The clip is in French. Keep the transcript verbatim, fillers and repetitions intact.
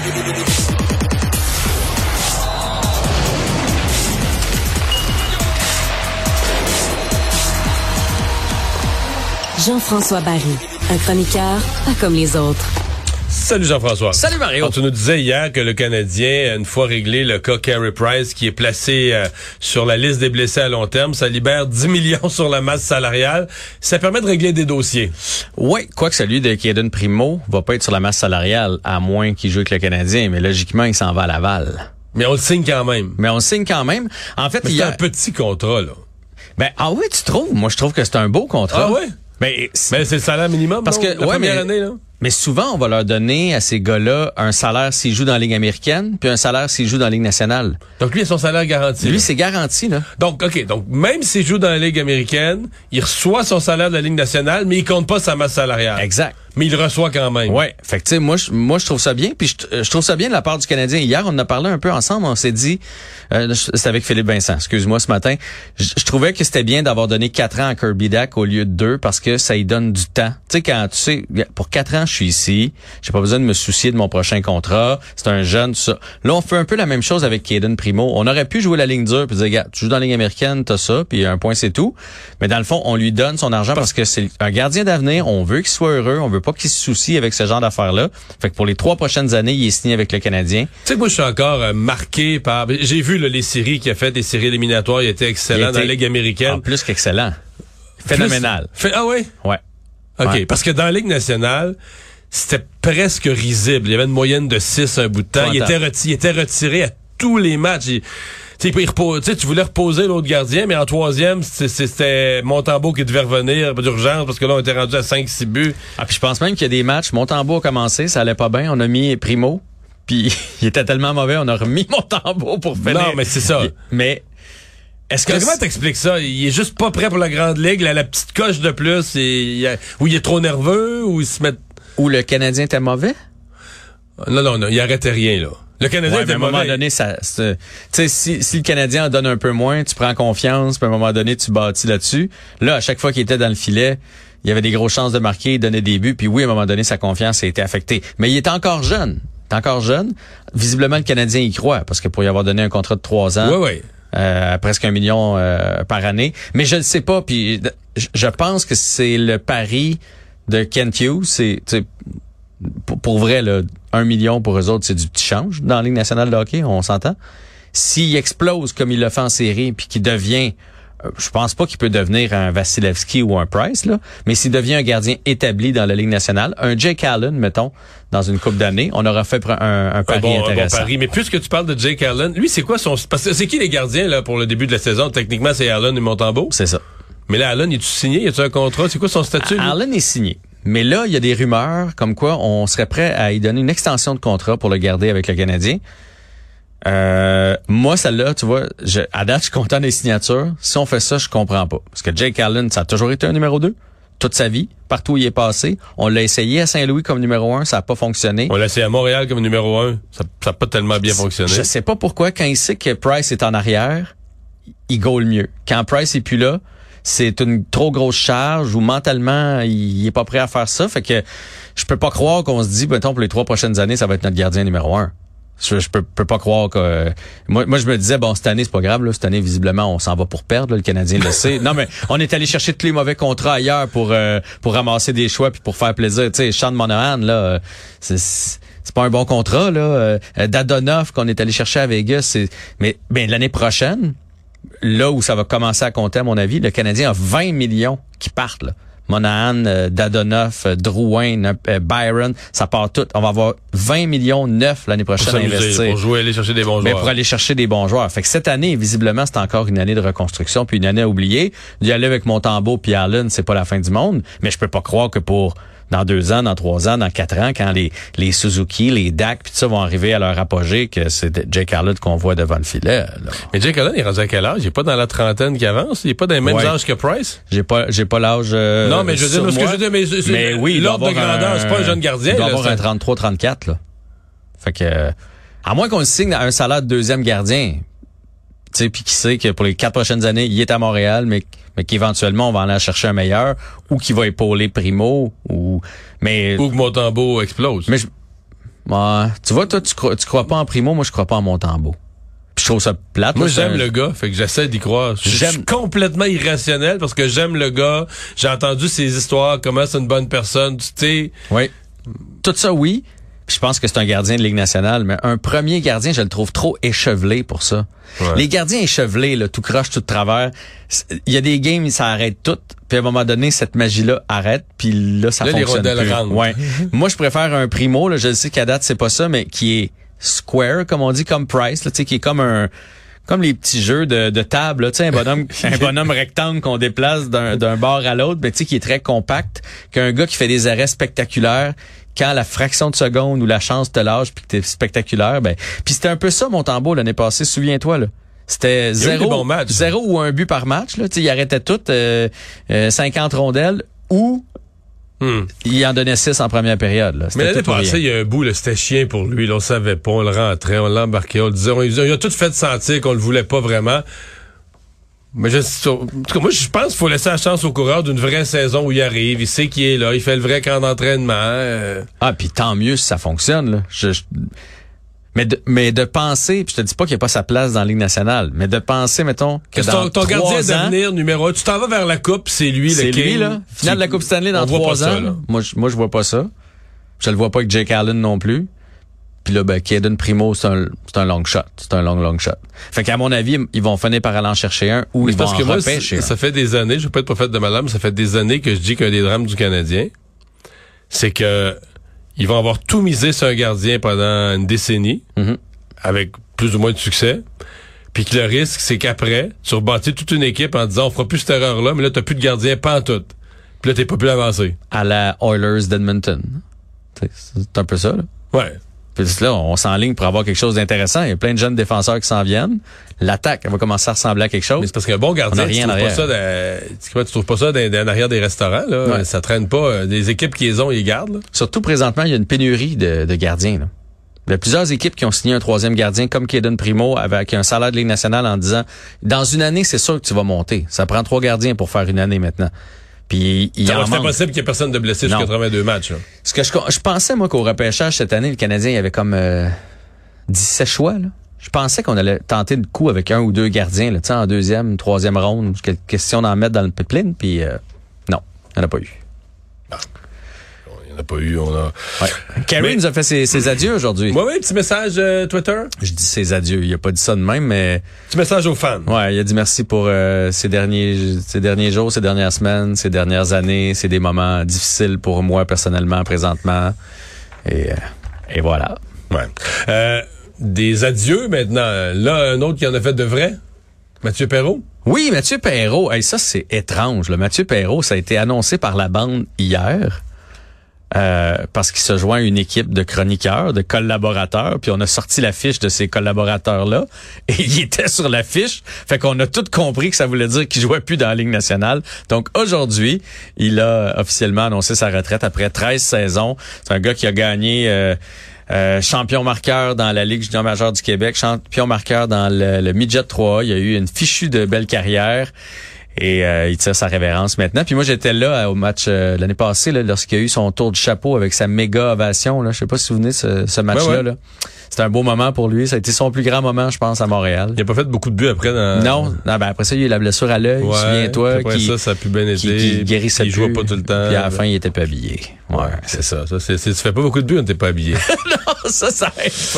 Jean-François Barry, un chroniqueur pas comme les autres. Salut Jean-François. Salut Mario. Alors, tu nous disais hier que le Canadien, une fois réglé le cas Carey Price, qui est placé euh, sur la liste des blessés à long terme, ça libère dix millions sur la masse salariale. Ça permet de régler des dossiers. Oui, quoique celui de Caden Primo va pas être sur la masse salariale, à moins qu'il joue avec le Canadien, mais logiquement, il s'en va à Laval. Mais on le signe quand même. Mais on le signe quand même. En fait, mais il c'est y a un petit contrat, là. Ben, ah oui, tu trouves? Moi, je trouve que c'est un beau contrat. Ah ouais? Ben, c'est, mais c'est le salaire minimum, parce non? que la ouais, première mais, année, là. Mais souvent, on va leur donner à ces gars-là un salaire s'ils jouent dans la Ligue américaine, puis un salaire s'ils jouent dans la Ligue nationale. Donc lui, il a son salaire garanti. Lui, là. c'est garanti, là. Donc, OK. Donc, même s'il joue dans la Ligue américaine, il reçoit son salaire de la Ligue nationale, mais il compte pas sa masse salariale. Exact. Mais il le reçoit quand même. Ouais. Fait que, tu sais, moi, je, moi, je trouve ça bien. Puis, je, je trouve ça bien de la part du Canadien. Hier, on en a parlé un peu ensemble. On s'est dit, euh, c'était avec Philippe Vincent, excuse-moi, ce matin. Je, je trouvais que c'était bien d'avoir donné quatre ans à Kirby Dach au lieu de deux parce que ça y donne du temps. Tu sais, quand tu sais, pour quatre ans, je suis ici. J'ai pas besoin de me soucier de mon prochain contrat. C'est un jeune, tout ça. Là, on fait un peu la même chose avec Caden Primo. On aurait pu jouer la ligne dure puis dire, gars, tu joues dans la Ligue américaine, t'as ça, puis un point, c'est tout. Mais dans le fond, on lui donne son argent parce que c'est un gardien d'avenir. On veut qu'il soit heureux. On veut pas qu'il se soucie avec ce genre d'affaires-là. Fait que pour les trois prochaines années, il est signé avec le Canadien. Tu sais que moi, je suis encore euh, marqué par... J'ai vu là, les séries qu'il a fait, des séries éliminatoires. Il était excellent il dans la Ligue américaine. En plus qu'excellent. Phénoménal. Plus... Fait... Ah oui? Ouais. OK. Ouais. Parce que dans la Ligue nationale, c'était presque risible. Il y avait une moyenne de six un bout de temps. Il était, reti... il était retiré à tous les matchs. Il... Tu sais, tu voulais reposer l'autre gardien, mais en troisième, c'était Montembeault qui devait revenir d'urgence parce que là, on était rendu à cinq six buts. Ah, puis je pense même qu'il y a des matchs, Montembeault a commencé, ça allait pas bien, on a mis Primo, puis il était tellement mauvais, on a remis Montembeault pour finir. Non, mais c'est ça. Mais est-ce que comment t'expliques ça? Il est juste pas prêt pour la grande ligue, là, la petite coche de plus, et il a... ou il est trop nerveux, ou il se met... Ou le Canadien était mauvais? Non, non, non, il arrêtait rien, là. Le Canadien ouais, était à un moment mauvais. donné, ça, tu sais, si, si le Canadien en donne un peu moins, tu prends confiance, puis à un moment donné, tu bâtis là-dessus. Là, à chaque fois qu'il était dans le filet, il y avait des grosses chances de marquer, il donnait des buts, puis oui, à un moment donné, sa confiance a été affectée. Mais il est encore jeune. Il est encore jeune. Visiblement, le Canadien y croit, parce que pour y avoir donné un contrat de trois ans, oui, oui. Euh, à presque un million euh, par année. Mais je ne sais pas, puis je pense que c'est le pari de Kent Hughes, c'est... Pour, pour vrai, là, un million pour eux autres, c'est du petit change dans la Ligue nationale de hockey, on s'entend. S'il explose comme il l'a fait en série, puis qu'il devient, euh, je pense pas qu'il peut devenir un Vasilevski ou un Price, là, mais s'il devient un gardien établi dans la Ligue nationale, un Jake Allen, mettons, dans une couple d'années, on aura fait un, un pari un bon, intéressant. Un bon pari. Mais puisque tu parles de Jake Allen, lui, c'est quoi son... Parce que c'est qui les gardiens là pour le début de la saison? Techniquement, c'est Allen et Montembeault. C'est ça. Mais là, Allen, est-tu signé? Y a-tu un contrat? C'est quoi son statut? À, Allen est signé. Mais là, il y a des rumeurs comme quoi on serait prêt à y donner une extension de contrat pour le garder avec le Canadien. Euh, moi, celle-là, tu vois, je, à date, je suis content des signatures. Si on fait ça, je comprends pas. Parce que Jake Allen, ça a toujours été un numéro deux. Toute sa vie, partout où il est passé. On l'a essayé à Saint-Louis comme numéro un, ça n'a pas fonctionné. On l'a essayé à Montréal comme numéro un, ça n'a pas tellement bien fonctionné. Je sais pas pourquoi, quand il sait que Price est en arrière, il goal mieux. Quand Price est plus là, c'est une trop grosse charge ou mentalement, il est pas prêt à faire ça. Fait que je peux pas croire qu'on se dit, mettons, pour les trois prochaines années, ça va être notre gardien numéro un. Je, je peux, peux pas croire que... Euh, moi, moi, je me disais, bon, cette année, c'est pas grave. Là, cette année, visiblement, on s'en va pour perdre. Là, le Canadien le sait. Non, mais on est allé chercher tous les mauvais contrats ailleurs pour euh, pour ramasser des choix puis pour faire plaisir. Tu sais, Sean Monahan, là, euh, c'est... c'est pas un bon contrat, là. Euh, Dadonov, qu'on est allé chercher à Vegas, c'est... Mais ben, l'année prochaine... Là où ça va commencer à compter, à mon avis, le Canadien a vingt millions qui partent. Là. Monahan, euh, Dadonov, euh, Drouin, euh, Byron, ça part tout. On va avoir vingt millions neufs l'année prochaine à investir. Pour jouer, aller chercher des bons joueurs. Mais pour aller chercher des bons joueurs. Fait que cette année, visiblement, c'est encore une année de reconstruction puis une année à oublier. D'y aller avec Montembeault puis Allen, c'est pas la fin du monde. Mais je peux pas croire que pour dans deux ans, dans trois ans, dans quatre ans, quand les les Suzuki, les Dak, puis tout ça vont arriver à leur apogée, que c'est Jake Allen qu'on voit devant le filet. Là. Mais Jake Allen, il est rendu à quel âge? Il est pas dans la trentaine qui avance? Il est pas dans les mêmes ouais. âges que Price? J'ai pas j'ai pas l'âge euh, Non, mais je veux dire, ce que je veux dire, mais, mais oui, l'ordre de grandeur, c'est pas un jeune gardien. Il doit là, avoir un trente-trois trente-quatre, là. Fait que, à moins qu'on le signe à un salaire de deuxième gardien, tu sais, puis qui sait que pour les quatre prochaines années, il est à Montréal, mais mais qu'éventuellement on va aller chercher un meilleur ou qui va épauler Primo ou mais ou que Montembeault explose. Mais je, Ouais. Tu vois, toi, tu crois, tu crois pas en Primo, moi, je crois pas en Montembeault. Puis je trouve ça plate. Moi, là, j'aime un... le gars, fait que j'essaie d'y croire. Je suis complètement irrationnel parce que j'aime le gars. J'ai entendu ses histoires, comment c'est une bonne personne, tu sais. Oui. Tout ça, oui. Puis je pense que c'est un gardien de Ligue nationale, mais un premier gardien, je le trouve trop échevelé pour ça. Ouais. Les gardiens échevelés, là, tout croche, tout de travers, il y a des games, ça arrête tout. Puis à un moment donné, cette magie-là arrête, puis là, ça là, fonctionne les plus. Rentrent. Ouais. Moi, je préfère un Primo, là, je sais qu'à date, c'est pas ça, mais qui est square, comme on dit, comme Price, là, tu sais, qui est comme un... Comme les petits jeux de, de table, tu sais, un bonhomme, un bonhomme rectangle qu'on déplace d'un, d'un bord à l'autre, mais tu sais, qui est très compact, qu'un gars qui fait des arrêts spectaculaires, quand la fraction de seconde ou la chance te lâche puis que t'es spectaculaire, ben, puis c'était un peu ça Montembeault l'année passée, souviens-toi là. C'était zéro, bon match, zéro ou un but par match là, tu sais, il arrêtait tout euh, euh, cinquante rondelles ou Hmm. il en donnait six en première période. Là. Mais l'année passée, il y a un bout, là, c'était chien pour lui. Là, on savait pas, on le rentrait, on l'embarquait, on le disait. On, il a tout fait sentir qu'on le voulait pas vraiment. Mais je, en tout cas, moi, je pense qu'il faut laisser la chance au coureur d'une vraie saison où il arrive. Il sait qu'il est là, il fait le vrai camp d'entraînement. Euh... Ah, puis tant mieux si ça fonctionne. Là. Je, je... Mais de, mais de penser, puis je te dis pas qu'il n'y a pas sa place dans la Ligue nationale, mais de penser, mettons, que, que dans ton, ton gardien d'avenir numéro un, tu t'en vas vers la Coupe, c'est lui, c'est le lui, King. là. Finale de la Coupe Stanley dans trois ans. Ça, moi, je, moi, je vois pas ça. Je le vois pas avec Jake Allen non plus. Puis là, ben, Caden Primo, c'est un, c'est un long shot. C'est un long, long shot. Fait qu'à mon avis, ils vont finir par aller en chercher un ou mais ils vont parce en que moi, repêcher un. Ça fait des années, je veux pas être prophète de malade, mais ça fait des années que je dis qu'un des drames du Canadien, c'est que ils vont avoir tout misé sur un gardien pendant une décennie. Mm-hmm. Avec plus ou moins de succès, puis que le risque, c'est qu'après, tu rebâtis toute une équipe en disant on fera plus cette erreur-là, mais là, t'as plus de gardien pantoute. Puis là, t'es pas plus avancé. À la Oilers d'Edmonton. C'est, c'est un peu ça, là. Ouais. Puis là, on s'enligne pour avoir quelque chose d'intéressant. Il y a plein de jeunes défenseurs qui s'en viennent. L'attaque, elle va commencer à ressembler à quelque chose. Mais c'est parce qu'un bon gardien, tu trouves, pas ça dans, tu trouves pas ça en arrière des restaurants, là. Ouais. Ça traîne pas. Des équipes qui les ont, ils les gardent, là. Surtout, présentement, il y a une pénurie de, de gardiens, là. Il y a plusieurs équipes qui ont signé un troisième gardien comme Caden Primo avec un salaire de Ligue nationale en disant dans une année, c'est sûr que tu vas monter. Ça prend trois gardiens pour faire une année maintenant. Puis il y a c'est impossible qu'il y ait personne de blessé sur quatre-vingt-deux matchs. Là. Ce que je, je pensais moi qu'au repêchage cette année, le Canadien il y avait comme euh, dix-sept choix là. Je pensais qu'on allait tenter le coup avec un ou deux gardiens là, tu sais en deuxième, troisième ronde, question d'en mettre dans le pipeline puis euh, non, il n'y en a pas eu. Ah. On n'a pas eu, on a... Ouais. Carey mais... nous a fait ses, ses adieux aujourd'hui. Oui, oui, petit message euh, Twitter. Je dis ses adieux, il a pas dit ça de même, mais... Petit message aux fans. Ouais, il a dit merci pour euh, ces derniers ces derniers jours, ces dernières semaines, ces dernières années. C'est des moments difficiles pour moi, personnellement, présentement. Et, euh, et voilà. Ouais. Euh, des adieux, maintenant. Là, un autre qui en a fait de vrai. Mathieu Perreault. Oui, Mathieu Perreault. Hey, ça, c'est étrange. Là. Mathieu Perreault, ça a été annoncé par la bande hier. Euh, parce qu'il se joint à une équipe de chroniqueurs, de collaborateurs, puis on a sorti la fiche de ces collaborateurs-là, et il était sur la fiche, fait qu'on a tous compris que ça voulait dire qu'il jouait plus dans la Ligue nationale. Donc aujourd'hui, il a officiellement annoncé sa retraite après treize saisons. C'est un gars qui a gagné euh, euh, champion marqueur dans la Ligue junior majeure du Québec, champion marqueur dans le, le Midget trois A. Il a eu une fichue de belle carrière. Et euh, il tire sa révérence maintenant. Puis moi, j'étais là au match euh, l'année passée, là, lorsqu'il a eu son tour de chapeau avec sa méga ovation. Là. Je sais pas si vous vous souvenez de ce, ce match-là. Ouais, ouais. Là. C'était un beau moment pour lui. Ça a été son plus grand moment, je pense, à Montréal. Il a pas fait beaucoup de buts après. Dans... Non, non ben après ça, il y a eu la blessure à l'œil. Ouais, souviens-toi. Après qui, ça, ça a pu bien été. Qui, qui guérissait il plus. jouait pas tout le temps. Puis à la fin, il était pas habillé. Ouais, ouais c'est ça. ça c'est, c'est, tu fais pas beaucoup de buts, on t'es pas habillé. Non, ça, ça aide pas.